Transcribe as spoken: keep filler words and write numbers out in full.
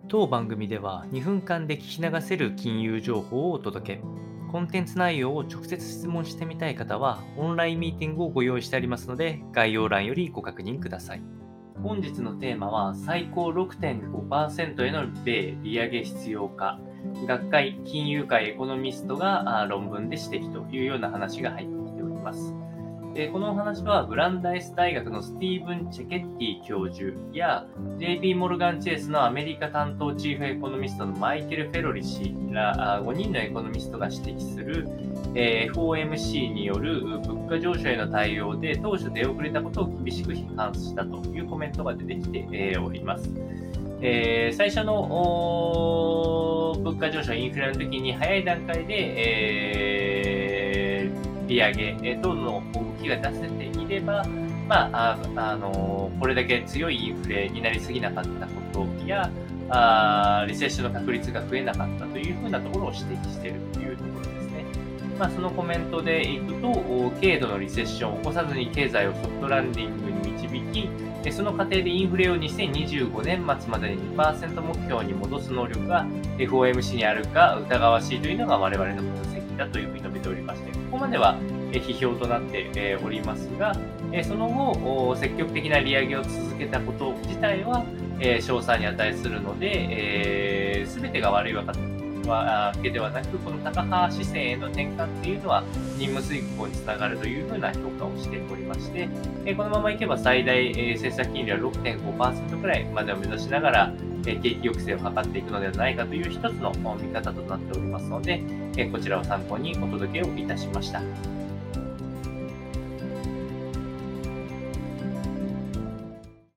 当番組ではにふんかんで聞き流せる金融情報をお届け。コンテンツ内容を直接質問してみたい方は、オンラインミーティングをご用意してありますので、概要欄よりご確認ください。本日のテーマは、最高 ろくてんごパーセント への米利上げ必要か。学会金融界エコノミストがあ論文で指摘というような話が入ってきております。えーこのお話はブランダイス大学のスティーブン・チェケッティ教授や ジェイピー モルガン・チェイスのアメリカ担当チーフエコノミストのマイケル・フェロリ氏らあごにんのエコノミストが指摘する、えー エフオーエムシー による物価上昇への対応で当初出遅れたことを厳しく批判したというコメントが出てきて、えーおります。えー最初のおー物価上昇、インフレの時に早い段階で、えー利上げえー等の動きが出せていれば、まあ、あ、あのーこれだけ強いインフレになりすぎなかったことや、あーリセッションの確率が増えなかったというふうなところを指摘しているというところですね。まあ、そのコメントでいくと、お軽度のリセッションを起こさずに経済をソフトランディングに導き、えその過程でインフレをにせんにじゅうごねん末までに にパーセント 目標に戻す能力が エフオーエムシー にあるか疑わしいというのが我々の分析だというふうに述べておりまして、ここまではえ批評となってえおりますが、えその後、お積極的な利上げを続けたこと自体はえ賞賛に値するので、えー、全てが悪いわけではなく、この高派姿勢への転換っていうのは任務遂行につながるというふうな評価をしておりまして、えーこのままいけば最大、えー政策金利は ろくてんごパーセント くらいまでを目指しながら、えー景気抑制を図っていくのではないかという一つのお見方となっておりますので、えーこちらを参考にお届けをいたしました。